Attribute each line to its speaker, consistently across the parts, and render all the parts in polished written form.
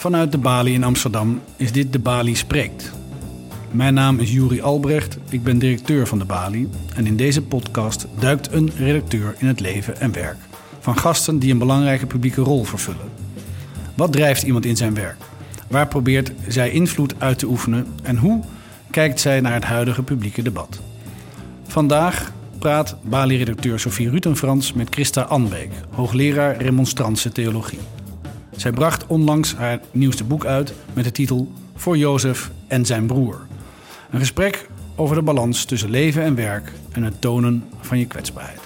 Speaker 1: Vanuit de Bali in Amsterdam is dit De Bali Spreekt. Mijn naam is Juri Albrecht, ik ben directeur van de Bali en in deze podcast duikt een redacteur in het leven en werk van gasten die een belangrijke publieke rol vervullen. Wat drijft iemand in zijn werk? Waar probeert zij invloed uit te oefenen en hoe kijkt zij naar het huidige publieke debat? Vandaag praat Bali-redacteur Sophie Rutenfrans met Christa Anbeek, hoogleraar remonstrantse theologie. Zij bracht onlangs haar nieuwste boek uit met de titel Voor Jozef en zijn broer. Een gesprek over de balans tussen leven en werk en het tonen van je kwetsbaarheid.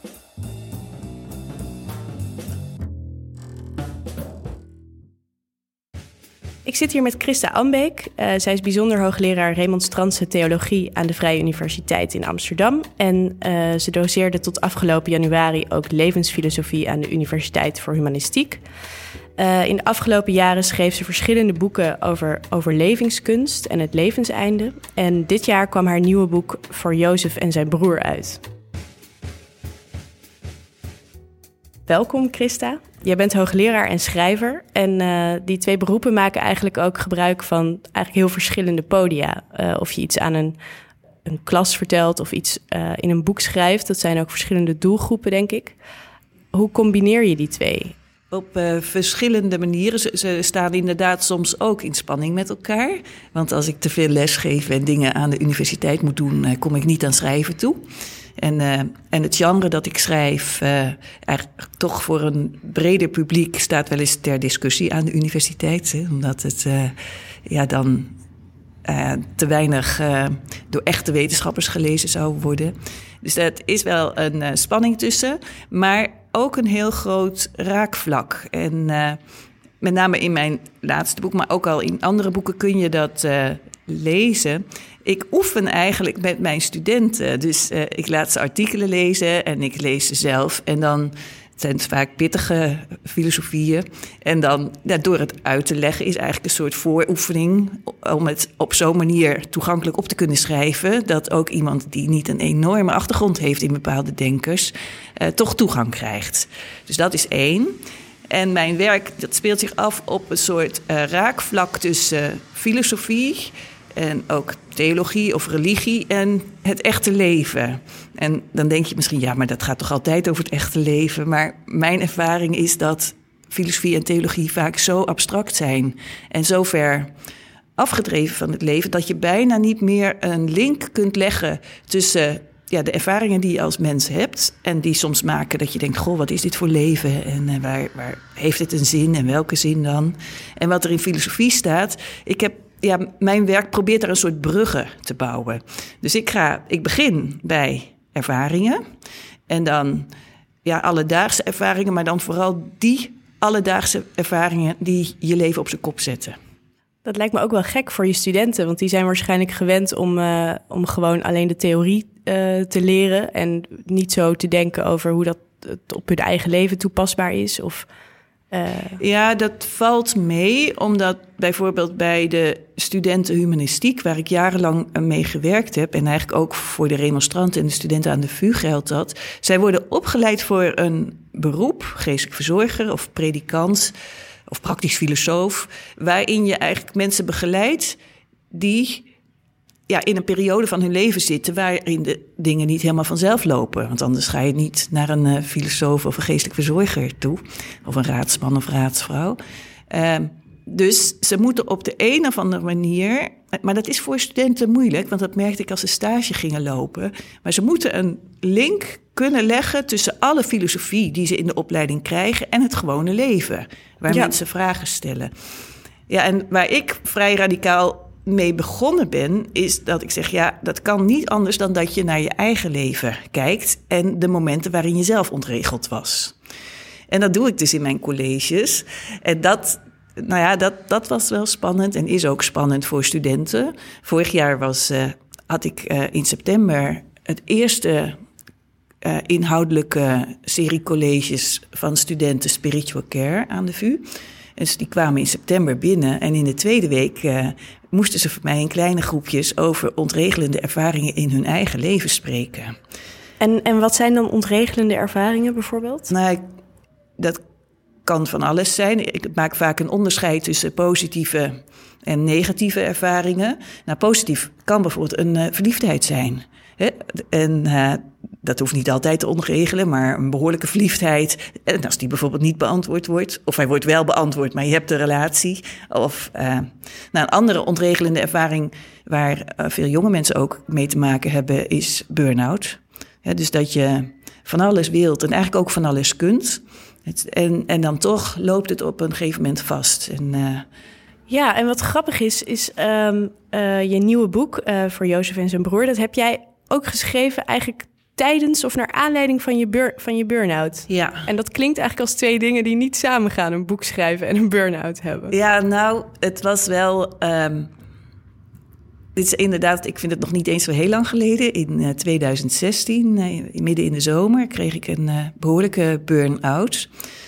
Speaker 2: Ik zit hier met Christa Anbeek. Zij is bijzonder hoogleraar remonstrantse theologie aan de Vrije Universiteit in Amsterdam. En ze doseerde tot afgelopen januari ook levensfilosofie aan de Universiteit voor Humanistiek. In de afgelopen jaren schreef ze verschillende boeken over overlevingskunst en het levenseinde. En dit jaar kwam haar nieuwe boek Voor Jozef en zijn broer uit. Welkom Christa. Jij bent hoogleraar en schrijver. En die twee beroepen maken eigenlijk ook gebruik van eigenlijk heel verschillende podia. Of je iets aan een klas vertelt of iets in een boek schrijft. Dat zijn ook verschillende doelgroepen, denk ik. Hoe combineer je die twee?
Speaker 3: Op verschillende manieren. Ze staan inderdaad soms ook in spanning met elkaar. Want als ik te veel lesgeef en dingen aan de universiteit moet doen, kom ik niet aan schrijven toe. En het genre dat ik schrijf, eigenlijk toch voor een breder publiek, staat wel eens ter discussie aan de universiteit. Hè, omdat het dan te weinig door echte wetenschappers gelezen zou worden. Dus dat is wel een spanning tussen, maar ook een heel groot raakvlak. En met name in mijn laatste boek, maar ook al in andere boeken kun je dat lezen. Ik oefen eigenlijk met mijn studenten. Dus ik laat ze artikelen lezen en ik lees ze zelf. En dan zijn het vaak pittige filosofieën. En dan door het uit te leggen is eigenlijk een soort vooroefening om het op zo'n manier toegankelijk op te kunnen schrijven, dat ook iemand die niet een enorme achtergrond heeft in bepaalde denkers toch toegang krijgt. Dus dat is één. En mijn werk dat speelt zich af op een soort raakvlak tussen filosofie en ook theologie of religie en het echte leven. En dan denk je misschien, ja, maar dat gaat toch altijd over het echte leven. Maar mijn ervaring is dat filosofie en theologie vaak zo abstract zijn en zo ver afgedreven van het leven, dat je bijna niet meer een link kunt leggen tussen de ervaringen die je als mens hebt en die soms maken dat je denkt, goh, wat is dit voor leven en waar heeft het een zin en welke zin dan? En wat er in filosofie staat, mijn werk probeert daar een soort bruggen te bouwen. Dus ik begin bij ervaringen en dan alledaagse ervaringen, maar dan vooral die alledaagse ervaringen die je leven op zijn kop zetten.
Speaker 2: Dat lijkt me ook wel gek voor je studenten, want die zijn waarschijnlijk gewend om gewoon alleen de theorie te leren en niet zo te denken over hoe dat op hun eigen leven toepasbaar is.
Speaker 3: Ja, dat valt mee, omdat bijvoorbeeld bij de studenten humanistiek, waar ik jarenlang mee gewerkt heb, en eigenlijk ook voor de remonstranten en de studenten aan de VU geldt dat, zij worden opgeleid voor een beroep, geestelijk verzorger of predikant of praktisch filosoof, waarin je eigenlijk mensen begeleidt die in een periode van hun leven zitten waarin de dingen niet helemaal vanzelf lopen. Want anders ga je niet naar een filosoof of een geestelijk verzorger toe, of een raadsman of raadsvrouw. Dus ze moeten op de een of andere manier, maar dat is voor studenten moeilijk, want dat merkte ik als ze stage gingen lopen, maar ze moeten een link kunnen leggen tussen alle filosofie die ze in de opleiding krijgen en het gewone leven, waar mensen vragen stellen. Ja, en waar ik vrij radicaal mee begonnen ben, is dat ik zeg, dat kan niet anders dan dat je naar je eigen leven kijkt en de momenten waarin je zelf ontregeld was. En dat doe ik dus in mijn colleges. En dat was wel spannend en is ook spannend voor studenten. Vorig jaar had ik in september het eerste inhoudelijke serie colleges van studenten Spiritual Care aan de VU. Dus die kwamen in september binnen en in de tweede week moesten ze voor mij in kleine groepjes over ontregelende ervaringen in hun eigen leven spreken.
Speaker 2: En wat zijn dan ontregelende ervaringen bijvoorbeeld?
Speaker 3: Nou, dat kan van alles zijn. Ik maak vaak een onderscheid tussen positieve en negatieve ervaringen. Nou, positief kan bijvoorbeeld een verliefdheid zijn. Hè? En dat hoeft niet altijd te ontregelen, maar een behoorlijke verliefdheid. En als die bijvoorbeeld niet beantwoord wordt, of hij wordt wel beantwoord, maar je hebt de relatie. Of een andere ontregelende ervaring waar veel jonge mensen ook mee te maken hebben, is burn-out. Ja, dus dat je van alles wilt en eigenlijk ook van alles kunt. En dan toch loopt het op een gegeven moment vast.
Speaker 2: Ja, en wat grappig is je nieuwe boek voor Jozef en zijn broer. Dat heb jij ook geschreven eigenlijk tijdens of naar aanleiding van je burn-out.
Speaker 3: Ja.
Speaker 2: En dat klinkt eigenlijk als twee dingen die niet samengaan. Een boek schrijven en een burn-out hebben.
Speaker 3: Ja, nou, het was wel... Dit is inderdaad, ik vind het nog niet eens zo heel lang geleden. In 2016, midden in de zomer, kreeg ik een behoorlijke burn-out.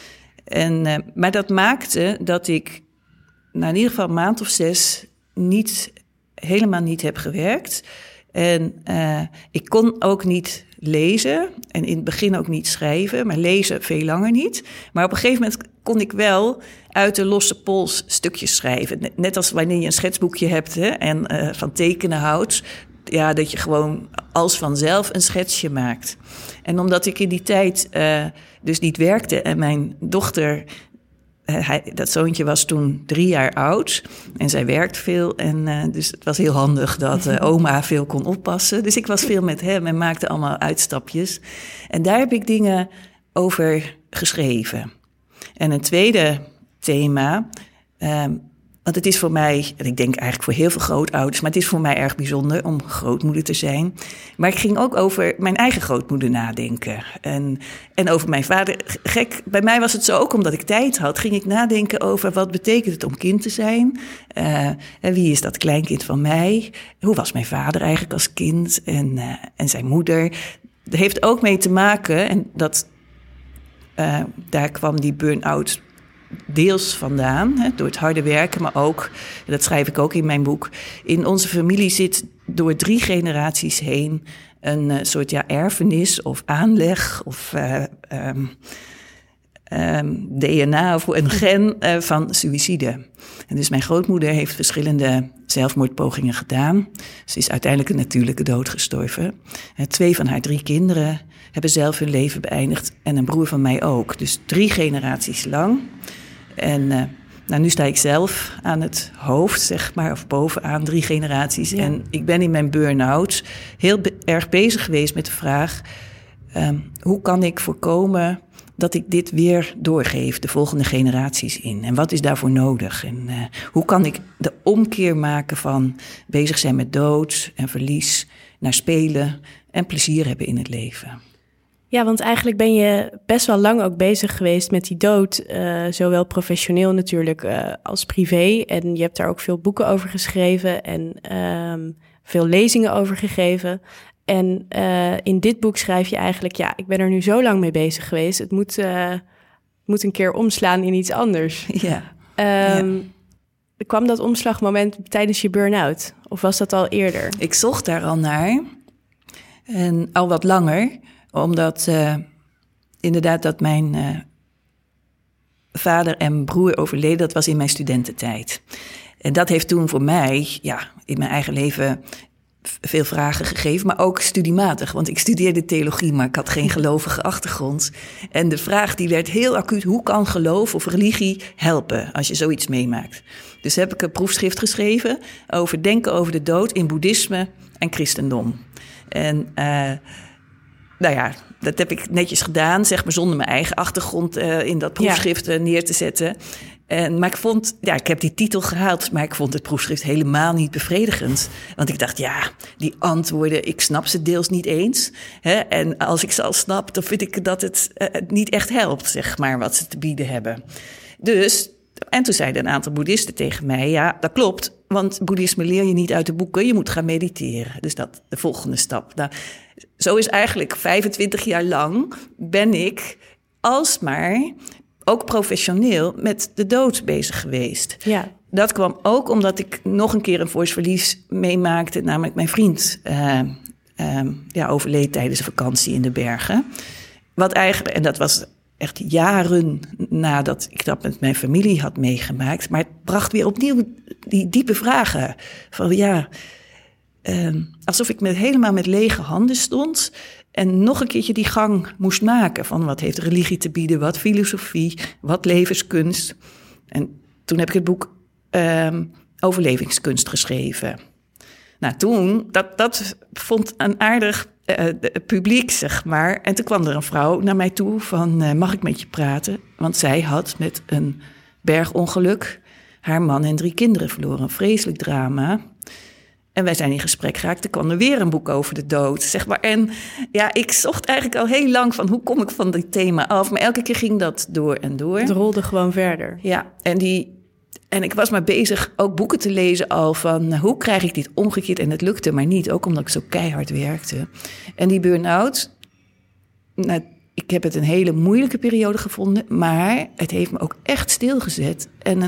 Speaker 3: Maar dat maakte dat ik in ieder geval een maand of 6 helemaal niet heb gewerkt. En ik kon ook niet lezen en in het begin ook niet schrijven, maar lezen veel langer niet. Maar op een gegeven moment kon ik wel uit de losse pols stukjes schrijven. Net als wanneer je een schetsboekje hebt en van tekenen houdt. Ja, dat je gewoon als vanzelf een schetsje maakt. En omdat ik in die tijd dus niet werkte en mijn dochter... dat zoontje was toen 3 jaar oud en zij werkt veel. En dus het was heel handig dat oma veel kon oppassen. Dus ik was veel met hem en maakte allemaal uitstapjes. En daar heb ik dingen over geschreven. En een tweede thema... want het is voor mij, en ik denk eigenlijk voor heel veel grootouders... maar het is voor mij erg bijzonder om grootmoeder te zijn. Maar ik ging ook over mijn eigen grootmoeder nadenken. En over mijn vader. Gek, bij mij was het zo ook omdat ik tijd had... ging ik nadenken over wat betekent het om kind te zijn. Wie is dat kleinkind van mij? Hoe was mijn vader eigenlijk als kind? En zijn moeder. Dat heeft ook mee te maken, en daar kwam die burn-out... deels vandaan, door het harde werken, maar ook, dat schrijf ik ook in mijn boek... in onze familie zit door 3 generaties heen een soort erfenis of aanleg of DNA of een gen van suïcide. En dus mijn grootmoeder heeft verschillende zelfmoordpogingen gedaan. Ze is uiteindelijk een natuurlijke dood gestorven. 2 van haar 3 kinderen hebben zelf hun leven beëindigd en een broer van mij ook. Dus 3 generaties lang. En nu sta ik zelf aan het hoofd, zeg maar, of bovenaan 3 generaties. Ja. En ik ben in mijn burn-out heel erg bezig geweest met de vraag... hoe kan ik voorkomen dat ik dit weer doorgeef de volgende generaties in? En wat is daarvoor nodig? En hoe kan ik de omkeer maken van bezig zijn met dood en verlies... naar spelen en plezier hebben in het leven?
Speaker 2: Ja, want eigenlijk ben je best wel lang ook bezig geweest met die dood. Zowel professioneel natuurlijk als privé. En je hebt daar ook veel boeken over geschreven en veel lezingen over gegeven. En in dit boek schrijf je eigenlijk... ik ben er nu zo lang mee bezig geweest. Het moet een keer omslaan in iets anders.
Speaker 3: Ja.
Speaker 2: Kwam dat omslagmoment tijdens je burn-out? Of was dat al eerder?
Speaker 3: Ik zocht daar al naar. En al wat langer... Omdat inderdaad dat mijn vader en broer overleden, dat was in mijn studententijd. En dat heeft toen voor mij, in mijn eigen leven veel vragen gegeven, maar ook studiematig. Want ik studeerde theologie, maar ik had geen gelovige achtergrond. En de vraag die werd heel acuut: hoe kan geloof of religie helpen als je zoiets meemaakt? Dus heb ik een proefschrift geschreven over denken over de dood in boeddhisme en christendom. En dat heb ik netjes gedaan, zeg maar, zonder mijn eigen achtergrond in dat proefschrift neer te zetten. Maar ik vond, ik heb die titel gehaald, maar ik vond het proefschrift helemaal niet bevredigend. Want ik dacht, die antwoorden, ik snap ze deels niet eens. Hè? En als ik ze al snap, dan vind ik dat het niet echt helpt, zeg maar, wat ze te bieden hebben. En toen zeiden een aantal boeddhisten tegen mij, dat klopt, want boeddhisme leer je niet uit de boeken, je moet gaan mediteren. Dus dat de volgende stap. Nou, zo is eigenlijk 25 jaar lang ben ik alsmaar, ook professioneel, met de dood bezig geweest.
Speaker 2: Ja. Dat
Speaker 3: kwam ook omdat ik nog een keer een fors verlies meemaakte, namelijk mijn vriend overleed tijdens een vakantie in de bergen. Wat eigenlijk, en dat was echt jaren nadat ik dat met mijn familie had meegemaakt. Maar het bracht weer opnieuw die diepe vragen. Van alsof ik helemaal met lege handen stond en nog een keertje die gang moest maken van wat heeft religie te bieden, wat filosofie, wat levenskunst. En toen heb ik het boek Overlevingskunst geschreven. Nou, toen, dat vond een aardig publiek, zeg maar. En toen kwam er een vrouw naar mij toe van, mag ik met je praten? Want zij had met een bergongeluk haar man en 3 kinderen verloren. Een vreselijk drama. En wij zijn in gesprek geraakt. Er kwam er weer een boek over de dood, zeg maar. En ja, ik zocht eigenlijk al heel lang van, hoe kom ik van dit thema af? Maar elke keer ging dat door en door.
Speaker 2: Het rolde gewoon verder.
Speaker 3: Ja, en ik was maar bezig ook boeken te lezen al van, hoe krijg ik dit omgekeerd? En het lukte maar niet, ook omdat ik zo keihard werkte. En die burn-out, nou, ik heb het een hele moeilijke periode gevonden, maar het heeft me ook echt stilgezet.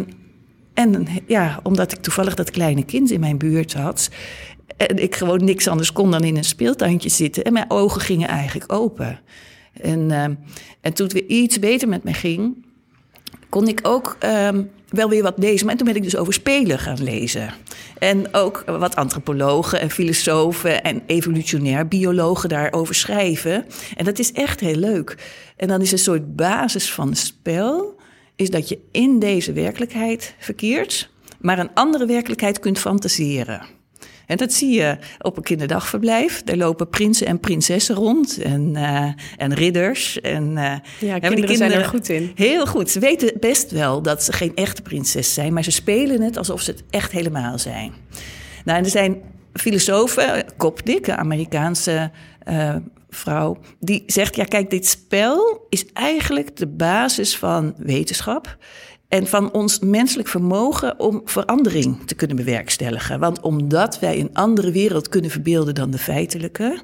Speaker 3: En omdat ik toevallig dat kleine kind in mijn buurt had en ik gewoon niks anders kon dan in een speeltuintje zitten en mijn ogen gingen eigenlijk open. En toen het weer iets beter met me ging, kon ik ook wel weer wat lezen. Maar toen ben ik dus over spelen gaan lezen. En ook wat antropologen en filosofen en evolutionair biologen daarover schrijven. En dat is echt heel leuk. En dan is een soort basis van het spel, is dat je in deze werkelijkheid verkeert, maar een andere werkelijkheid kunt fantaseren. En dat zie je op een kinderdagverblijf. Daar lopen prinsen en prinsessen rond en ridders.
Speaker 2: Kinderen zijn er goed in.
Speaker 3: Heel goed. Ze weten best wel dat ze geen echte prinses zijn, maar ze spelen het alsof ze het echt helemaal zijn. Nou, en er zijn filosofen, Kopnik, een Amerikaanse vrouw, die zegt, ja kijk, dit spel is eigenlijk de basis van wetenschap en van ons menselijk vermogen om verandering te kunnen bewerkstelligen. Want omdat wij een andere wereld kunnen verbeelden dan de feitelijke,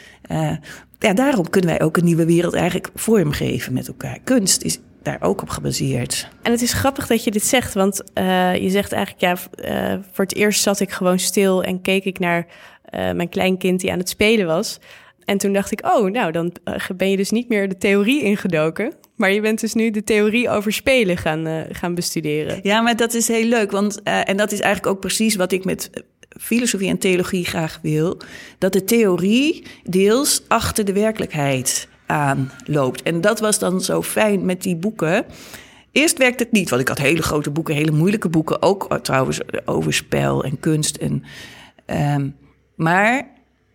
Speaker 3: daarom kunnen wij ook een nieuwe wereld eigenlijk vormgeven met elkaar. Kunst is daar ook op gebaseerd.
Speaker 2: En het is grappig dat je dit zegt, want je zegt eigenlijk, voor het eerst zat ik gewoon stil en keek ik naar mijn kleinkind die aan het spelen was. En toen dacht ik, dan ben je dus niet meer de theorie ingedoken, maar je bent dus nu de theorie over spelen gaan bestuderen.
Speaker 3: Ja, maar dat is heel leuk, want en dat is eigenlijk ook precies wat ik met filosofie en theologie graag wil, dat de theorie deels achter de werkelijkheid aanloopt. En dat was dan zo fijn met die boeken. Eerst werkte het niet, want ik had hele grote boeken, hele moeilijke boeken, ook trouwens over spel en kunst. Maar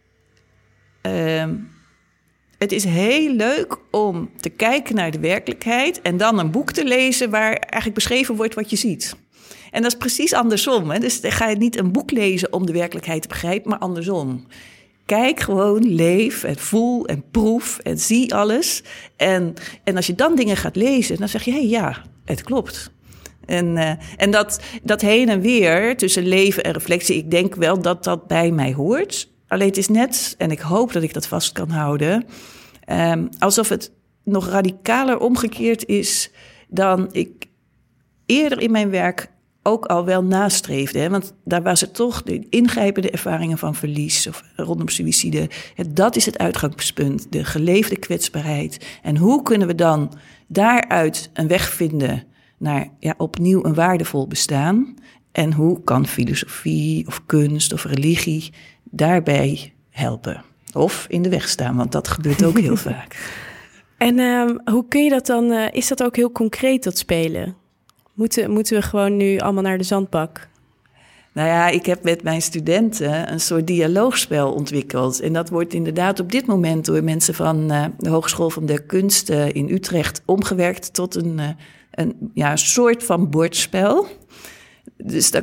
Speaker 3: het is heel leuk om te kijken naar de werkelijkheid en dan een boek te lezen waar eigenlijk beschreven wordt wat je ziet. En dat is precies andersom. Hè? Dus dan ga je niet een boek lezen om de werkelijkheid te begrijpen, maar andersom. Kijk gewoon, leef en voel en proef en zie alles. En als je dan dingen gaat lezen, dan zeg je, ja, het klopt. En dat heen en weer tussen leven en reflectie, ik denk wel dat dat bij mij hoort. Alleen het is net, en ik hoop dat ik dat vast kan houden, alsof het nog radicaler omgekeerd is dan ik eerder in mijn werk ook al wel nastreefde. Hè? Want daar was het toch de ingrijpende ervaringen van verlies of rondom suïcide. Dat is het uitgangspunt, de geleefde kwetsbaarheid. En hoe kunnen we dan daaruit een weg vinden naar opnieuw een waardevol bestaan? En hoe kan filosofie of kunst of religie daarbij helpen? Of in de weg staan, want dat gebeurt ook heel vaak.
Speaker 2: En hoe kun je dat dan? Is dat ook heel concreet, dat spelen? Moeten we gewoon nu allemaal naar de zandbak?
Speaker 3: Nou ja, ik heb met mijn studenten een soort dialoogspel ontwikkeld. En dat wordt inderdaad op dit moment door mensen van de Hogeschool van der Kunsten in Utrecht omgewerkt tot een soort van bordspel. Dus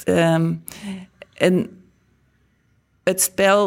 Speaker 3: en het spel,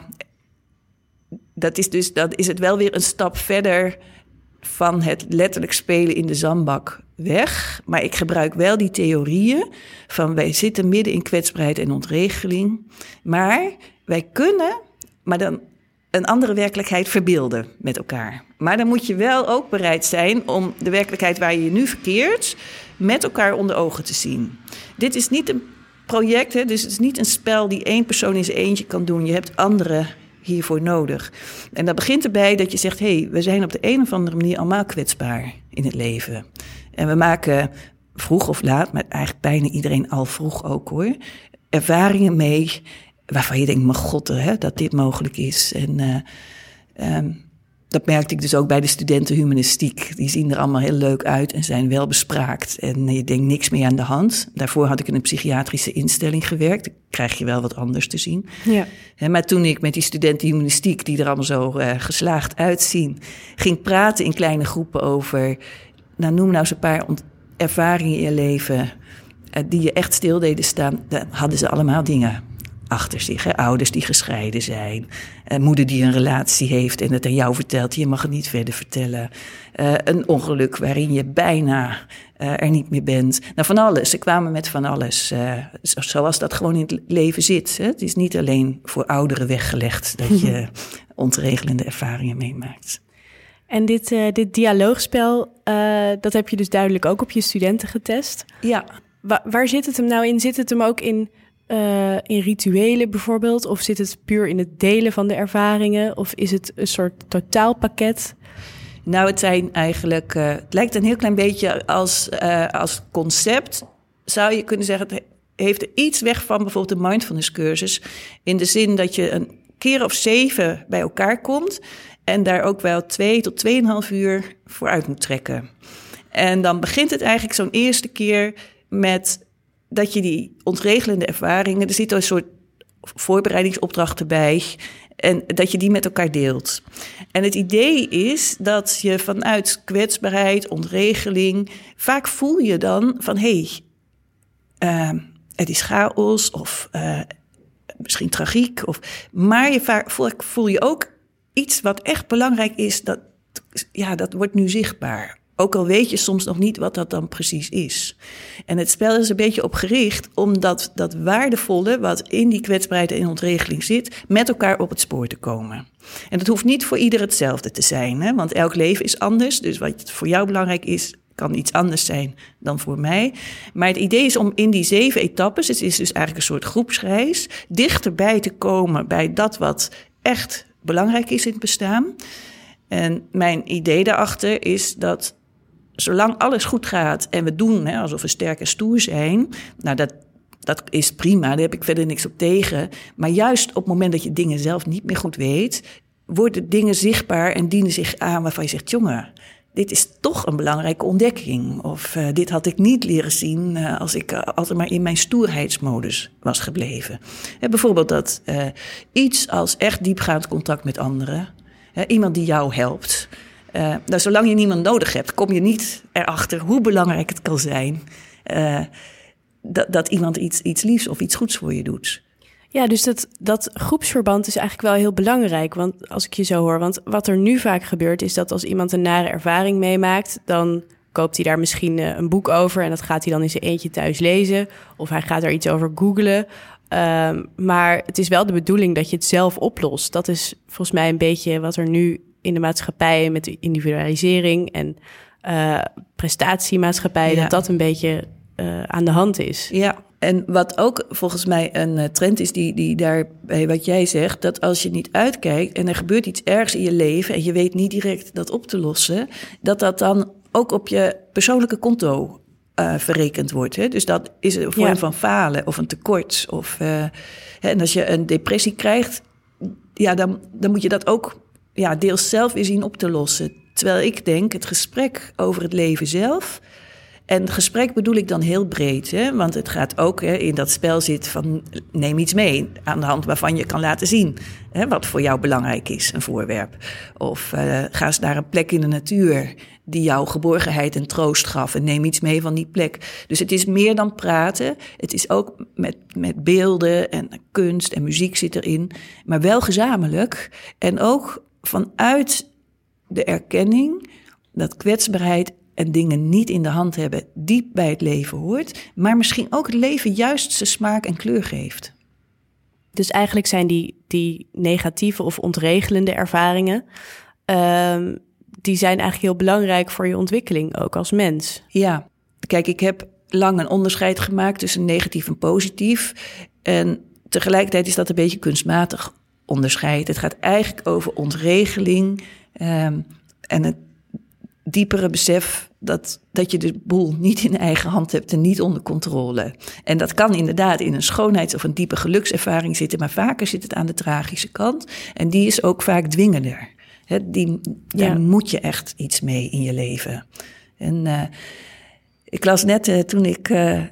Speaker 3: dat is het wel weer een stap verder van het letterlijk spelen in de zandbak weg. Maar ik gebruik wel die theorieën van wij zitten midden in kwetsbaarheid en ontregeling. Maar wij kunnen dan een andere werkelijkheid verbeelden met elkaar. Maar dan moet je wel ook bereid zijn om de werkelijkheid waar je je nu verkeert met elkaar onder ogen te zien. Dit is niet een project, dus het is niet een spel die één persoon in zijn eentje kan doen. Je hebt andere hiervoor nodig? En dat begint erbij dat je zegt, we zijn op de een of andere manier allemaal kwetsbaar in het leven. En we maken vroeg of laat, maar eigenlijk bijna iedereen al vroeg ook hoor, ervaringen mee waarvan je denkt, mijn god, dat dit mogelijk is. En dat merkte ik dus ook bij de studenten humanistiek. Die zien er allemaal heel leuk uit en zijn wel bespraakt. En je denkt niks meer aan de hand. Daarvoor had ik in een psychiatrische instelling gewerkt. Dan krijg je wel wat anders te zien.
Speaker 2: Ja.
Speaker 3: Maar toen ik met die studenten humanistiek, die er allemaal zo geslaagd uitzien, ging praten in kleine groepen over, noem nou eens een paar ervaringen in je leven die je echt stil deden staan. Dan hadden ze allemaal dingen achter zich. Ouders die gescheiden zijn. Moeder die een relatie heeft en het aan jou vertelt. Je mag het niet verder vertellen. Een ongeluk waarin je bijna er niet meer bent. Nou, van alles. Ze kwamen met van alles. Zoals dat gewoon in het leven zit. Het is niet alleen voor ouderen weggelegd dat je ontregelende ervaringen meemaakt.
Speaker 2: En dit dialoogspel, dat heb je dus duidelijk ook op je studenten getest.
Speaker 3: Ja.
Speaker 2: Waar zit het hem nou in? Zit het hem ook in rituelen bijvoorbeeld? Of zit het puur in het delen van de ervaringen? Of is het een soort totaalpakket?
Speaker 3: Nou, het zijn eigenlijk, het lijkt een heel klein beetje als concept. Zou je kunnen zeggen, het heeft er iets weg van bijvoorbeeld de mindfulness cursus. In de zin dat je een keer of 7 bij elkaar komt en daar ook wel 2 tot 2,5 uur voor uit moet trekken. En dan begint het eigenlijk zo'n eerste keer met dat je die ontregelende ervaringen, er zit een soort voorbereidingsopdracht erbij, en dat je die met elkaar deelt. En het idee is dat je vanuit kwetsbaarheid, ontregeling, vaak voel je dan van het is chaos of misschien tragiek. Maar vaak voel je ook iets wat echt belangrijk is, dat wordt nu zichtbaar. Ook al weet je soms nog niet wat dat dan precies is. En het spel is een beetje op gericht om dat waardevolle wat in die kwetsbaarheid en ontregeling zit, met elkaar op het spoor te komen. En dat hoeft niet voor ieder hetzelfde te zijn, hè? Want elk leven is anders. Dus wat voor jou belangrijk is, kan iets anders zijn dan voor mij. Maar het idee is om in die 7 etappes, het is dus eigenlijk een soort groepsreis, dichterbij te komen bij dat wat echt belangrijk is in het bestaan. En mijn idee daarachter is dat zolang alles goed gaat en we doen alsof we sterk en stoer zijn, nou dat is prima, daar heb ik verder niks op tegen. Maar juist op het moment dat je dingen zelf niet meer goed weet, worden dingen zichtbaar en dienen zich aan waarvan je zegt, jongen, dit is toch een belangrijke ontdekking. Of dit had ik niet leren zien als ik altijd maar in mijn stoerheidsmodus was gebleven. Bijvoorbeeld dat iets als echt diepgaand contact met anderen, iemand die jou helpt. Zolang je niemand nodig hebt, kom je niet erachter hoe belangrijk het kan zijn dat iemand iets liefs of iets goeds voor je doet.
Speaker 2: Ja, dus dat groepsverband is eigenlijk wel heel belangrijk, want als ik je zo hoor. Want wat er nu vaak gebeurt is dat als iemand een nare ervaring meemaakt, dan koopt hij daar misschien een boek over en dat gaat hij dan in zijn eentje thuis lezen. Of hij gaat er iets over googlen. Maar het is wel de bedoeling dat je het zelf oplost. Dat is volgens mij een beetje wat er nu in de maatschappij met de individualisering en prestatiemaatschappij, dat een beetje aan de hand is.
Speaker 3: Ja, en wat ook volgens mij een trend is die daar bij wat jij zegt, dat als je niet uitkijkt en er gebeurt iets ergs in je leven en je weet niet direct dat op te lossen, dat dan ook op je persoonlijke konto verrekend wordt. Hè? Dus dat is een vorm van falen of een tekort. En als je een depressie krijgt, dan moet je dat ook deels zelf weer zien op te lossen. Terwijl ik denk, het gesprek over het leven zelf, en gesprek bedoel ik dan heel breed, hè? Want het gaat ook in dat spel zit van neem iets mee aan de hand waarvan je kan laten zien wat voor jou belangrijk is, een voorwerp. Of ga eens naar een plek in de natuur die jou geborgenheid en troost gaf en neem iets mee van die plek. Dus het is meer dan praten, het is ook met beelden en kunst en muziek zit erin, maar wel gezamenlijk en ook vanuit de erkenning dat kwetsbaarheid en dingen niet in de hand hebben diep bij het leven hoort, maar misschien ook het leven juist zijn smaak en kleur geeft.
Speaker 2: Dus eigenlijk zijn die negatieve of ontregelende ervaringen, die zijn eigenlijk heel belangrijk voor je ontwikkeling, ook als mens.
Speaker 3: Ja, kijk, ik heb lang een onderscheid gemaakt tussen negatief en positief. En tegelijkertijd is dat een beetje kunstmatig onderscheid. Het gaat eigenlijk over ontregeling en het diepere besef dat je de boel niet in eigen hand hebt en niet onder controle. En dat kan inderdaad in een schoonheids- of een diepe gelukservaring zitten, maar vaker zit het aan de tragische kant. En die is ook vaak dwingender. Daar moet je echt iets mee in je leven. En ik las net toen ik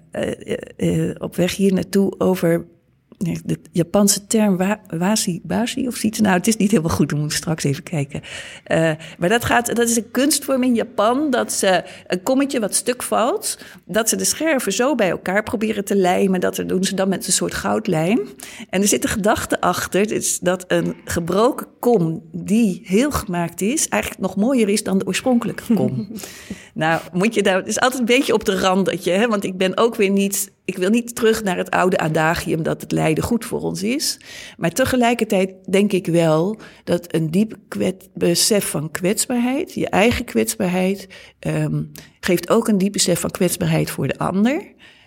Speaker 3: op weg hier naartoe over de Japanse term washi-bashi of zoiets. Nou, het is niet helemaal goed, we moeten straks even kijken. Maar dat is een kunstvorm in Japan, dat ze een kommetje wat stuk valt, dat ze de scherven zo bij elkaar proberen te lijmen, dat doen ze dan met een soort goudlijm. En er zit een gedachte achter, is dat een gebroken kom die heel gemaakt is, eigenlijk nog mooier is dan de oorspronkelijke kom. Nou, het is altijd een beetje op de randetje, hè? Want ik wil niet terug naar het oude adagium dat het lijden goed voor ons is. Maar tegelijkertijd denk ik wel dat een diep besef van kwetsbaarheid, je eigen kwetsbaarheid, geeft ook een diep besef van kwetsbaarheid voor de ander.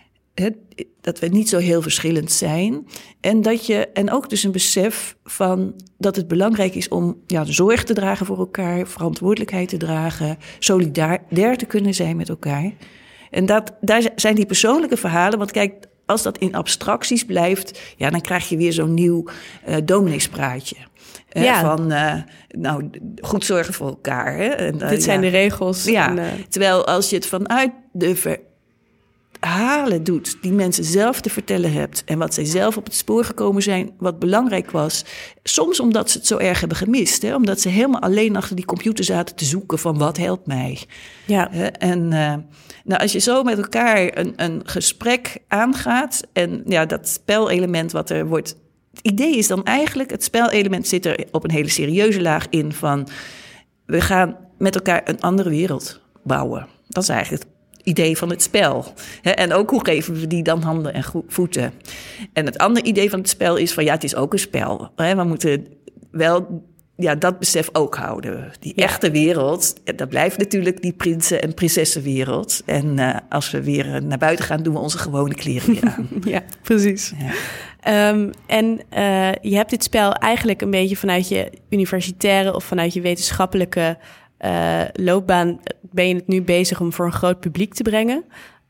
Speaker 3: Dat we niet zo heel verschillend zijn. En ook dus een besef van dat het belangrijk is om zorg te dragen voor elkaar, verantwoordelijkheid te dragen, solidair te kunnen zijn met elkaar. En daar zijn die persoonlijke verhalen, want kijk, als dat in abstracties blijft, dan krijg je weer zo'n nieuw domineespraatje. Van goed zorgen voor elkaar. Hè? En,
Speaker 2: dit zijn de regels.
Speaker 3: Ja, terwijl als je het vanuit de verhalen doet die mensen zelf te vertellen hebt en wat zij zelf op het spoor gekomen zijn, wat belangrijk was, soms omdat ze het zo erg hebben gemist, hè? Omdat ze helemaal alleen achter die computer zaten te zoeken van wat helpt mij. Ja. En als je zo met elkaar een gesprek aangaat en dat spelelement wat er wordt, het idee is dan eigenlijk, het spelelement zit er op een hele serieuze laag in van we gaan met elkaar een andere wereld bouwen. Dat is eigenlijk het idee van het spel. En ook hoe geven we die dan handen en voeten. En het andere idee van het spel is van het is ook een spel. We moeten wel dat besef ook houden. Die echte wereld, dat blijft natuurlijk die prinsen- en prinsessenwereld. En als we weer naar buiten gaan, doen we onze gewone kleren weer aan.
Speaker 2: Ja, precies. Ja. Je hebt dit spel eigenlijk een beetje vanuit je universitaire of vanuit je wetenschappelijke loopbaan ben je het nu bezig om voor een groot publiek te brengen.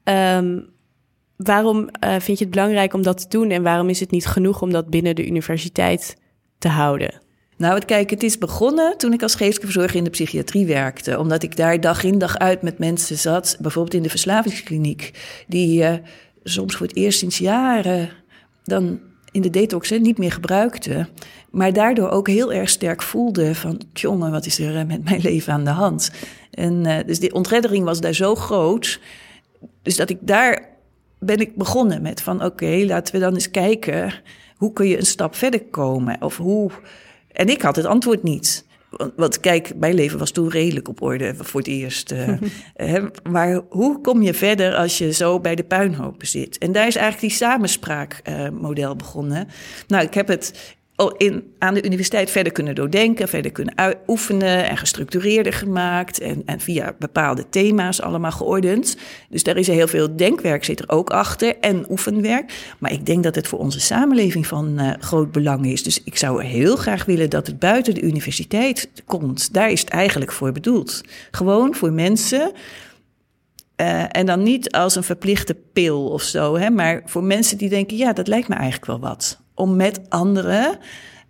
Speaker 2: Waarom vind je het belangrijk om dat te doen en waarom is het niet genoeg om dat binnen de universiteit te houden?
Speaker 3: Nou, kijk, het is begonnen toen ik als geestelijke verzorger in de psychiatrie werkte. Omdat ik daar dag in dag uit met mensen zat, bijvoorbeeld in de verslavingskliniek, die soms voor het eerst sinds jaren dan in de detox niet meer gebruikten, maar daardoor ook heel erg sterk voelde van, jongen, wat is er met mijn leven aan de hand? En dus die ontreddering was daar zo groot, dus dat daar ben ik begonnen met van, oké, laten we dan eens kijken, hoe kun je een stap verder komen? Of hoe? En ik had het antwoord niet. Want kijk, mijn leven was toen redelijk op orde voor het eerst. Maar hoe kom je verder als je zo bij de puinhopen zit? En daar is eigenlijk die samenspraakmodel begonnen. Nou, ik heb het aan de universiteit verder kunnen doordenken, verder kunnen oefenen en gestructureerder gemaakt en via bepaalde thema's allemaal geordend. Dus daar is heel veel denkwerk zit er ook achter en oefenwerk. Maar ik denk dat het voor onze samenleving van groot belang is. Dus ik zou heel graag willen dat het buiten de universiteit komt. Daar is het eigenlijk voor bedoeld. Gewoon voor mensen. En dan niet als een verplichte pil of zo, maar voor mensen die denken, dat lijkt me eigenlijk wel wat. Om met anderen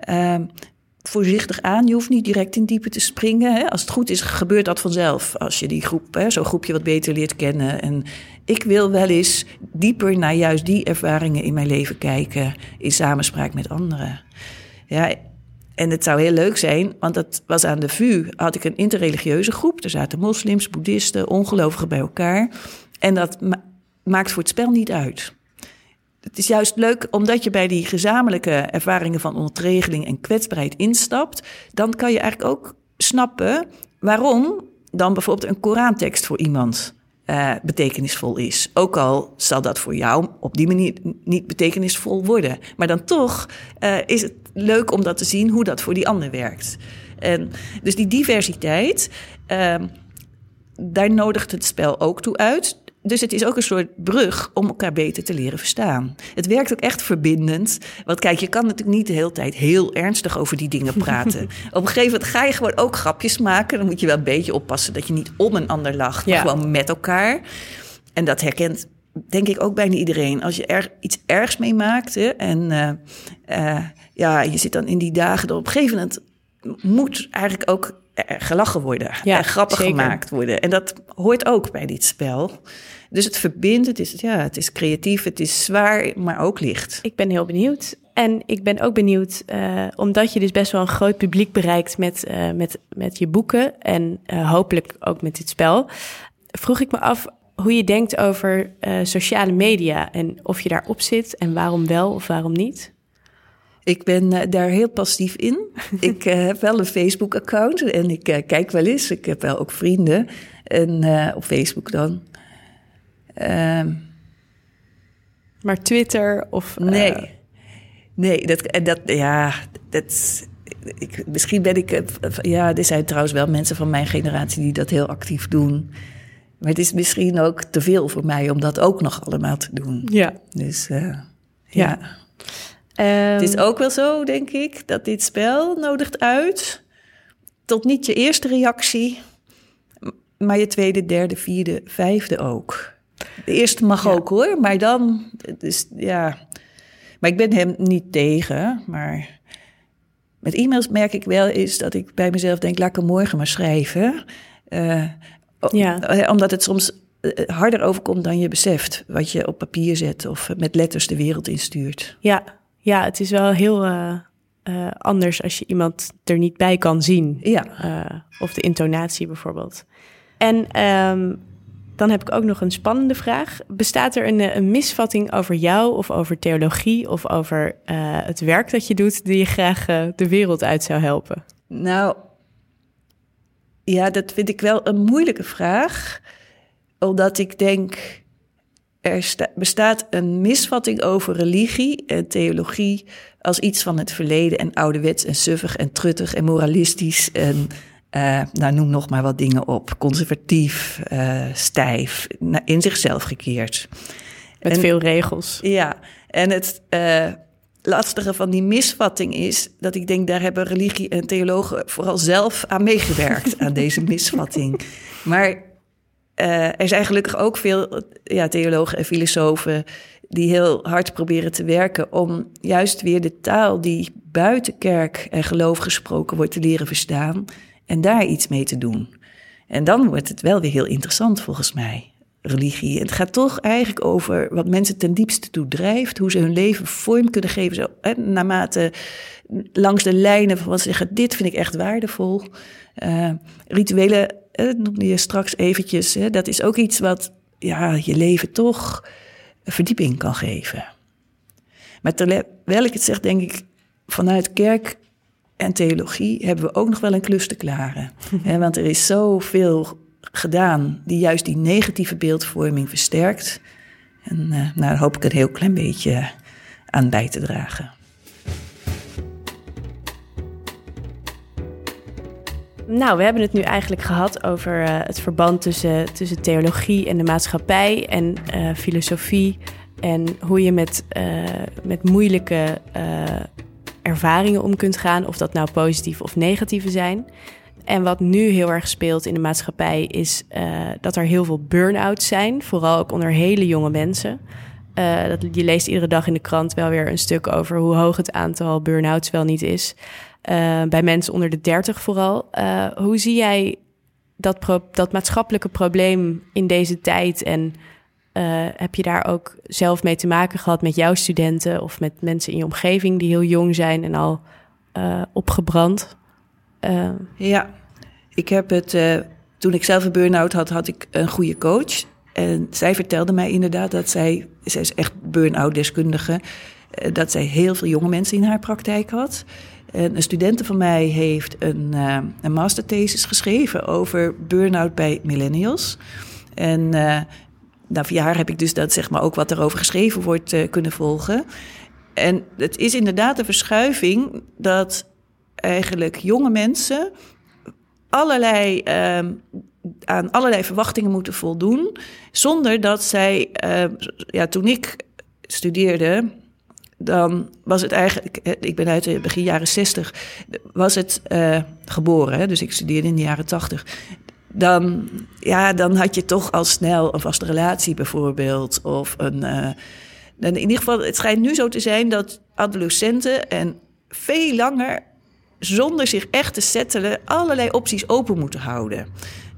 Speaker 3: voorzichtig aan. Je hoeft niet direct in diepe te springen. Als het goed is, gebeurt dat vanzelf. Als je die groep, zo'n groepje wat beter leert kennen. En ik wil wel eens dieper naar juist die ervaringen in mijn leven kijken. In samenspraak met anderen. Ja, en het zou heel leuk zijn, want dat was aan de VU. Had ik een interreligieuze groep. Er zaten moslims, boeddhisten, ongelovigen bij elkaar. En dat maakt voor het spel niet uit. Het is juist leuk, omdat je bij die gezamenlijke ervaringen van ontregeling en kwetsbaarheid instapt. Dan kan je eigenlijk ook snappen waarom dan bijvoorbeeld een Korantekst voor iemand betekenisvol is. Ook al zal dat voor jou op die manier niet betekenisvol worden. Maar dan toch is het leuk om dat te zien hoe dat voor die ander werkt. En dus die diversiteit, daar nodigt het spel ook toe uit. Dus het is ook een soort brug om elkaar beter te leren verstaan. Het werkt ook echt verbindend. Want kijk, je kan natuurlijk niet de hele tijd heel ernstig over die dingen praten. Op een gegeven moment ga je gewoon ook grapjes maken. Dan moet je wel een beetje oppassen dat je niet om een ander lacht, maar gewoon met elkaar. En dat herkent, denk ik, ook bijna iedereen. Als je iets ergs meemaakt en je zit dan in die dagen, dan op een gegeven moment moet eigenlijk ook gelachen worden. En grappig gemaakt worden. En dat hoort ook bij dit spel. Dus het verbindt, het is creatief, het is zwaar, maar ook licht.
Speaker 2: Ik ben heel benieuwd. En ik ben ook benieuwd, omdat je dus best wel een groot publiek bereikt met je boeken en hopelijk ook met dit spel, vroeg ik me af hoe je denkt over sociale media en of je daarop zit en waarom wel of waarom niet.
Speaker 3: Ik ben daar heel passief in. Ik heb wel een Facebook-account en ik kijk wel eens. Ik heb wel ook vrienden en op Facebook dan.
Speaker 2: Maar Twitter of...
Speaker 3: Nee, misschien ben ik... er zijn trouwens wel mensen van mijn generatie die dat heel actief doen. Maar het is misschien ook te veel voor mij om dat ook nog allemaal te doen.
Speaker 2: Ja.
Speaker 3: Dus ja. Het is ook wel zo, denk ik, dat dit spel nodigt uit tot niet je eerste reactie, maar je tweede, derde, vierde, vijfde ook. De eerste mag ook hoor, maar dan, dus ja. Maar ik ben hem niet tegen, maar met e-mails merk ik wel eens dat ik bij mezelf denk, laat ik hem morgen maar schrijven. Omdat het soms harder overkomt dan je beseft, wat je op papier zet of met letters de wereld instuurt.
Speaker 2: Ja, het is wel heel anders als je iemand er niet bij kan zien.
Speaker 3: Ja.
Speaker 2: Of de intonatie bijvoorbeeld. En dan heb ik ook nog een spannende vraag. Bestaat er een misvatting over jou of over theologie of over het werk dat je doet die je graag de wereld uit zou helpen?
Speaker 3: Nou, ja, dat vind ik wel een moeilijke vraag. Omdat ik denk, bestaat een misvatting over religie en theologie als iets van het verleden en ouderwets en suffig en truttig en moralistisch en noem nog maar wat dingen op. Conservatief, stijf, in zichzelf gekeerd.
Speaker 2: Met veel regels.
Speaker 3: Ja, en het lastige van die misvatting is dat ik denk, daar hebben religie en theologen vooral zelf aan meegewerkt, aan deze misvatting. Maar er zijn gelukkig ook veel theologen en filosofen die heel hard proberen te werken om juist weer de taal die buiten kerk en geloof gesproken wordt te leren verstaan en daar iets mee te doen. En dan wordt het wel weer heel interessant volgens mij, religie. Het gaat toch eigenlijk over wat mensen ten diepste toe drijft, hoe ze hun leven vorm kunnen geven, zo, naarmate langs de lijnen van wat ze zeggen, dit vind ik echt waardevol. Rituelen, dat noemde je straks eventjes, dat is ook iets wat je leven toch verdieping kan geven. Maar terwijl ik het zeg, denk ik, vanuit kerk en theologie hebben we ook nog wel een klus te klaren. Want er is zoveel gedaan die juist die negatieve beeldvorming versterkt. En daar hoop ik een heel klein beetje aan bij te dragen.
Speaker 2: Nou, we hebben het nu eigenlijk gehad over het verband tussen theologie en de maatschappij en filosofie. En hoe je met moeilijke ervaringen om kunt gaan, of dat nou positieve of negatieve zijn. En wat nu heel erg speelt in de maatschappij is dat er heel veel burn-outs zijn, vooral ook onder hele jonge mensen. Je leest iedere dag in de krant wel weer een stuk over hoe hoog het aantal burn-outs wel niet is. Bij mensen onder de 30 vooral. Hoe zie jij dat maatschappelijke probleem in deze tijd? En heb je daar ook zelf mee te maken gehad met jouw studenten of met mensen in je omgeving die heel jong zijn en al opgebrand?
Speaker 3: Ja, ik heb het. Toen ik zelf een burn-out had ik een goede coach. En zij vertelde mij inderdaad dat zij is echt burn-out deskundige, dat zij heel veel jonge mensen in haar praktijk had. En een studente van mij heeft een masterthesis geschreven over burn-out bij millennials. En via haar heb ik dus dat, zeg maar, ook wat erover geschreven wordt kunnen volgen. En het is inderdaad een verschuiving dat eigenlijk jonge mensen allerlei aan allerlei verwachtingen moeten voldoen, zonder dat zij, toen ik studeerde, dan was het eigenlijk, ik ben uit begin jaren 60, was het geboren, hè, dus ik studeerde in de jaren 80. Dan had je toch al snel een vaste relatie bijvoorbeeld, of in ieder geval, het schijnt nu zo te zijn dat adolescenten en veel langer, zonder zich echt te settelen, allerlei opties open moeten houden.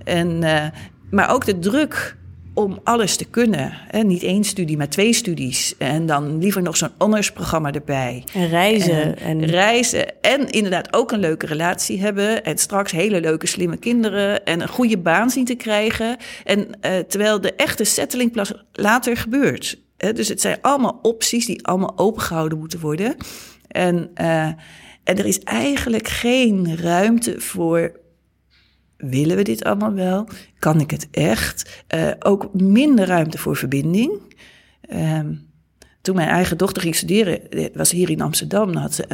Speaker 3: Maar ook de druk om alles te kunnen. Hè? Niet 1 studie, maar 2 studies. En dan liever nog zo'n honorsprogramma erbij.
Speaker 2: En reizen.
Speaker 3: Reizen. En inderdaad ook een leuke relatie hebben. En straks hele leuke, slimme kinderen. En een goede baan zien te krijgen. En terwijl de echte setteling pas later gebeurt. Dus het zijn allemaal opties die allemaal opengehouden moeten worden. En er is eigenlijk geen ruimte voor, willen we dit allemaal wel? Kan ik het echt? Ook minder ruimte voor verbinding. Toen mijn eigen dochter ging studeren, was hier in Amsterdam.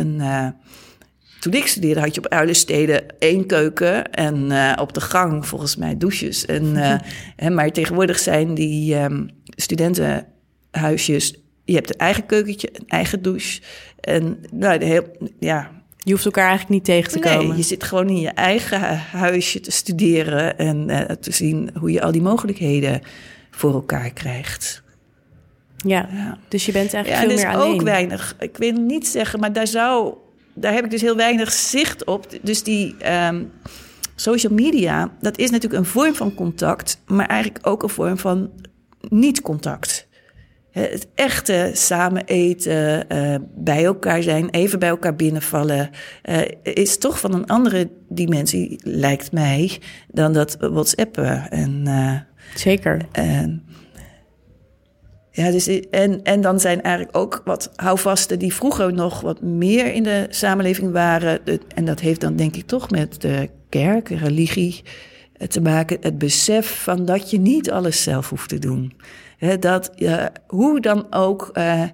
Speaker 3: Toen ik studeerde had je op Uilenstede 1 keuken en op de gang volgens mij douches. Maar tegenwoordig zijn die studentenhuisjes, je hebt een eigen keukentje, een eigen douche. En
Speaker 2: je hoeft elkaar eigenlijk niet tegen te komen.
Speaker 3: Nee, je zit gewoon in je eigen huisje te studeren en te zien hoe je al die mogelijkheden voor elkaar krijgt.
Speaker 2: Ja. Dus je bent eigenlijk veel meer alleen.
Speaker 3: Ja, ook weinig. Ik wil niet zeggen, maar daar heb ik dus heel weinig zicht op. Dus die social media, dat is natuurlijk een vorm van contact, maar eigenlijk ook een vorm van niet-contact. Het echte samen eten, bij elkaar zijn, even bij elkaar binnenvallen, is toch van een andere dimensie, lijkt mij, dan dat WhatsAppen.
Speaker 2: Zeker.
Speaker 3: En dan zijn eigenlijk ook wat houvasten die vroeger nog wat meer in de samenleving waren. En dat heeft dan denk ik toch met de kerk, religie te maken. Het besef van dat je niet alles zelf hoeft te doen. Dat hoe dan ook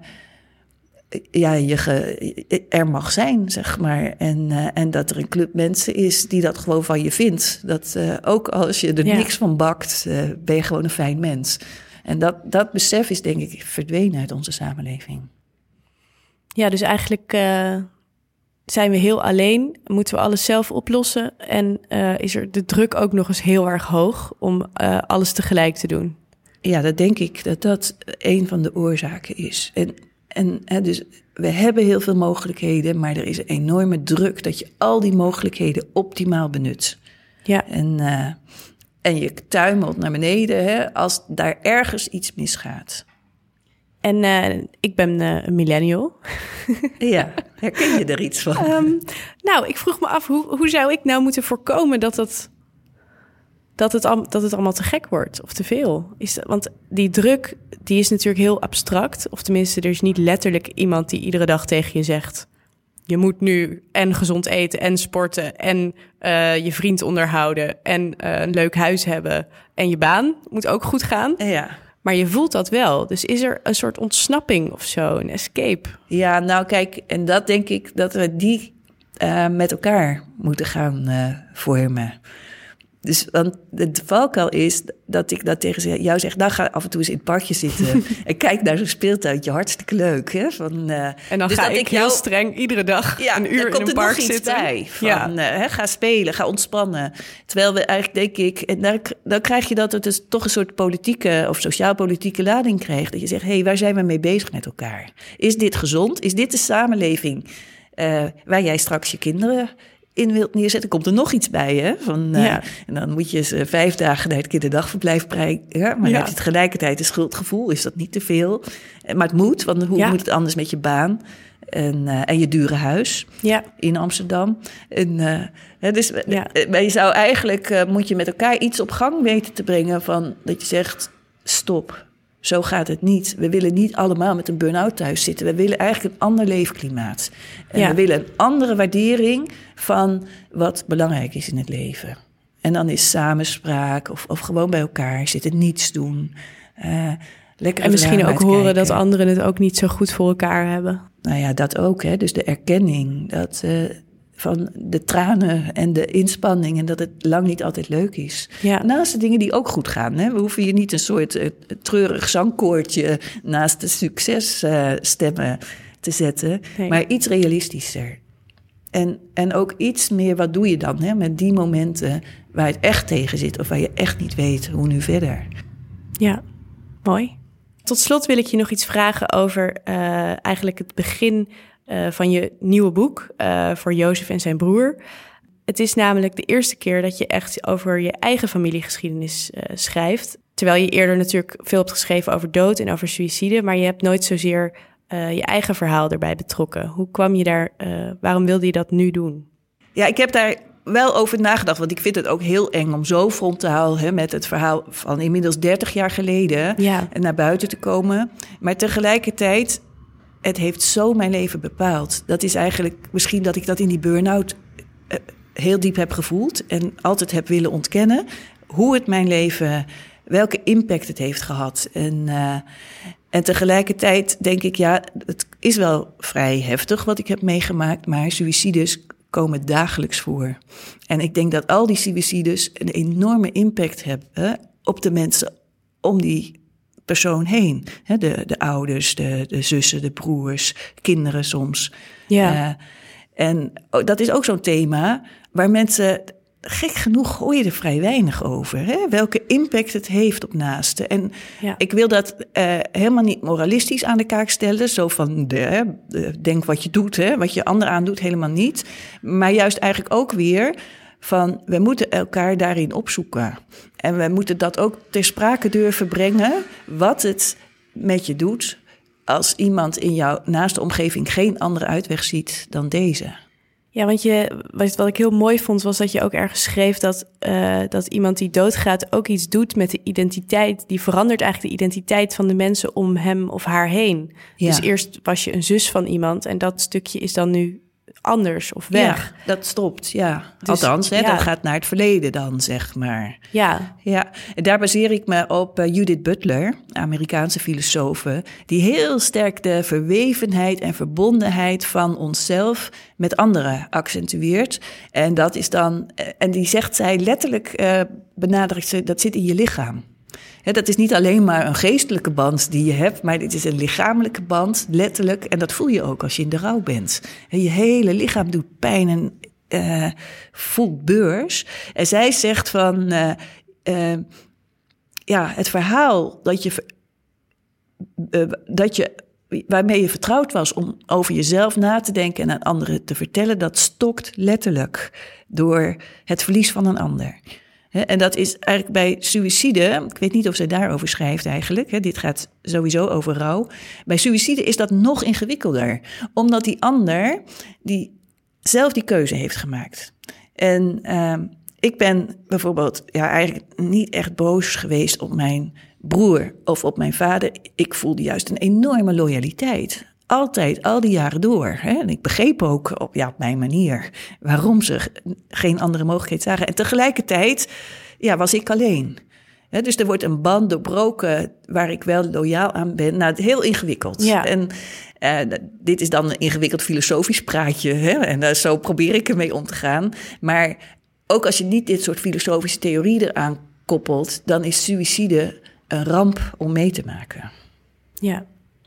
Speaker 3: er mag zijn, zeg maar. En dat er een club mensen is die dat gewoon van je vindt. Dat ook als je er niks van bakt, ben je gewoon een fijn mens. En dat besef is denk ik verdwenen uit onze samenleving.
Speaker 2: Ja, dus eigenlijk zijn we heel alleen, moeten we alles zelf oplossen. En is er de druk ook nog eens heel erg hoog om alles tegelijk te doen.
Speaker 3: Ja, dat denk ik dat een van de oorzaken is. Dus we hebben heel veel mogelijkheden, maar er is een enorme druk dat je al die mogelijkheden optimaal benut.
Speaker 2: Ja.
Speaker 3: En je tuimelt naar beneden als daar ergens iets misgaat.
Speaker 2: En ik ben een millennial.
Speaker 3: Ja, herken je er iets van?
Speaker 2: Ik vroeg me af, hoe zou ik nou moeten voorkomen dat het allemaal te gek wordt of te veel? Want die druk, die is natuurlijk heel abstract. Of tenminste, er is niet letterlijk iemand die iedere dag tegen je zegt, je moet nu en gezond eten en sporten en je vriend onderhouden en een leuk huis hebben. En je baan moet ook goed gaan.
Speaker 3: Ja.
Speaker 2: Maar je voelt dat wel. Dus is er een soort ontsnapping of zo, een escape? Ja,
Speaker 3: nou kijk, en dat denk ik dat we die met elkaar moeten gaan vormen. Dus want de valkuil is dat ik dat tegen jou zeg, nou ga af en toe eens in het parkje zitten en kijk naar zo'n speeltuintje, hartstikke leuk. Hè?
Speaker 2: En dan
Speaker 3: dus
Speaker 2: ga
Speaker 3: dat
Speaker 2: ik heel streng iedere dag een uur in een park zitten.
Speaker 3: Bij, ga spelen, ga ontspannen. Terwijl we eigenlijk, denk ik, en dan krijg je dat het dus toch een soort politieke of sociaal-politieke lading krijgt. Dat je zegt, waar zijn we mee bezig met elkaar? Is dit gezond? Is dit de samenleving waar jij straks je kinderen in wilt neerzetten? Komt er nog iets bij, hè? En dan moet je ze 5 dagen naar het kinderdagverblijf brengen. Ja, maar heb je tegelijkertijd een schuldgevoel? Is dat niet te veel? Maar het moet, want hoe moet het anders met je baan? En je dure huis in Amsterdam. Maar je zou eigenlijk, moet je met elkaar iets op gang weten te brengen van dat je zegt, stop. Zo gaat het niet. We willen niet allemaal met een burn-out thuis zitten. We willen eigenlijk een ander leefklimaat. En we willen een andere waardering van wat belangrijk is in het leven. En dan is samenspraak of gewoon bij elkaar zitten, niets doen. Lekker
Speaker 2: en misschien ook horen dat anderen het ook niet zo goed voor elkaar hebben.
Speaker 3: Nou ja, dat ook. Hè. Dus de erkenning. van de tranen en de inspanning en dat het lang niet altijd leuk is.
Speaker 2: Ja.
Speaker 3: Naast de dingen die ook goed gaan. Hè? We hoeven je niet een soort treurig zangkoortje naast de successtemmen te zetten,
Speaker 2: Nee.
Speaker 3: maar iets realistischer. En ook iets meer, wat doe je dan met die momenten waar het echt tegen zit of waar je echt niet weet hoe nu verder.
Speaker 2: Ja, mooi. Tot slot wil ik je nog iets vragen over eigenlijk het begin van je nieuwe boek voor Jozef en zijn broer. Het is namelijk de eerste keer dat je echt over je eigen familiegeschiedenis schrijft. Terwijl je eerder natuurlijk veel hebt geschreven over dood en over suïcide, maar je hebt nooit zozeer je eigen verhaal erbij betrokken. Hoe kwam je daar, waarom wilde je dat nu doen?
Speaker 3: Ja, ik heb daar wel over nagedacht, want ik vind het ook heel eng om zo frontaal met het verhaal van inmiddels 30 jaar geleden naar buiten te komen. Maar tegelijkertijd, het heeft zo mijn leven bepaald. Dat is eigenlijk misschien dat ik dat in die burn-out heel diep heb gevoeld en altijd heb willen ontkennen. Hoe het mijn leven, welke impact het heeft gehad. En tegelijkertijd denk ik, ja, het is wel vrij heftig wat ik heb meegemaakt, maar suïcides komen dagelijks voor. En ik denk dat al die suïcides een enorme impact hebben op de mensen om die persoon heen. De ouders, de zussen, de broers, kinderen soms.
Speaker 2: Ja.
Speaker 3: En dat is ook zo'n thema waar mensen, gek genoeg, hoor je er vrij weinig over. Hè? Welke impact het heeft op naasten. En ik wil dat helemaal niet moralistisch aan de kaak stellen. Zo van, denk wat je doet, wat je ander aandoet, helemaal niet. Maar juist eigenlijk ook weer van, we moeten elkaar daarin opzoeken. En we moeten dat ook ter sprake durven brengen, wat het met je doet als iemand in jouw naaste omgeving geen andere uitweg ziet dan deze.
Speaker 2: Ja, want wat ik heel mooi vond, was dat je ook ergens schreef dat iemand die doodgaat ook iets doet met de identiteit. Die verandert eigenlijk de identiteit van de mensen om hem of haar heen. Ja. Dus eerst was je een zus van iemand en dat stukje is dan nu anders of weg.
Speaker 3: Ja, dat stopt, ja. Dus, althans, dat gaat naar het verleden dan, zeg maar.
Speaker 2: Ja.
Speaker 3: En daar baseer ik me op Judith Butler, Amerikaanse filosofe, die heel sterk de verwevenheid en verbondenheid van onszelf met anderen accentueert. En dat is dan, en die zegt zij letterlijk, benadrukt ze, dat zit in je lichaam. Dat is niet alleen maar een geestelijke band die je hebt, maar dit is een lichamelijke band, letterlijk. En dat voel je ook als je in de rouw bent. Je hele lichaam doet pijn en voelt beurs. En zij zegt van, het verhaal waarmee je vertrouwd was om over jezelf na te denken en aan anderen te vertellen, dat stokt letterlijk door het verlies van een ander. En dat is eigenlijk bij suïcide, ik weet niet of zij daarover schrijft eigenlijk, dit gaat sowieso over rouw. Bij suïcide is dat nog ingewikkelder, omdat die ander die zelf die keuze heeft gemaakt. En ik ben bijvoorbeeld eigenlijk niet echt boos geweest op mijn broer of op mijn vader. Ik voelde juist een enorme loyaliteit. Altijd, al die jaren door. En ik begreep ook op mijn manier waarom ze geen andere mogelijkheid zagen. En tegelijkertijd was ik alleen. Dus er wordt een band doorbroken waar ik wel loyaal aan ben. Nou, heel ingewikkeld. Ja. En dit is dan een ingewikkeld filosofisch praatje. En zo probeer ik ermee om te gaan. Maar ook als je niet dit soort filosofische theorieën eraan koppelt, dan is suïcide een ramp om mee te maken.
Speaker 2: Ja.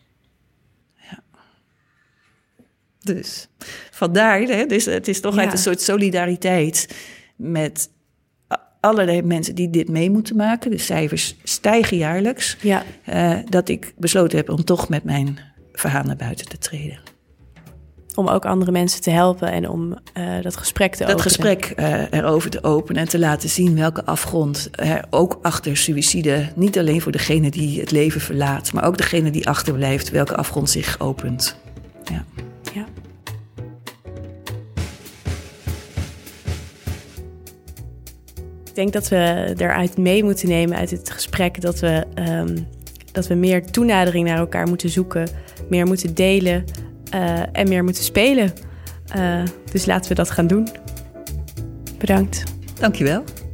Speaker 3: Dus vandaar, dus het is toch uit een soort solidariteit met allerlei mensen die dit mee moeten maken. De cijfers stijgen jaarlijks. Ja. Dat ik besloten heb om toch met mijn verhaal naar buiten te treden.
Speaker 2: Om ook andere mensen te helpen en om dat gesprek te openen.
Speaker 3: Dat gesprek erover te openen en te laten zien welke afgrond er ook achter suïcide, niet alleen voor degene die het leven verlaat, maar ook degene die achterblijft, welke afgrond zich opent. Ja.
Speaker 2: Ik denk dat we eruit mee moeten nemen uit het gesprek dat we meer toenadering naar elkaar moeten zoeken, meer moeten delen en meer moeten spelen. Dus laten we dat gaan doen. Bedankt.
Speaker 3: Dankjewel.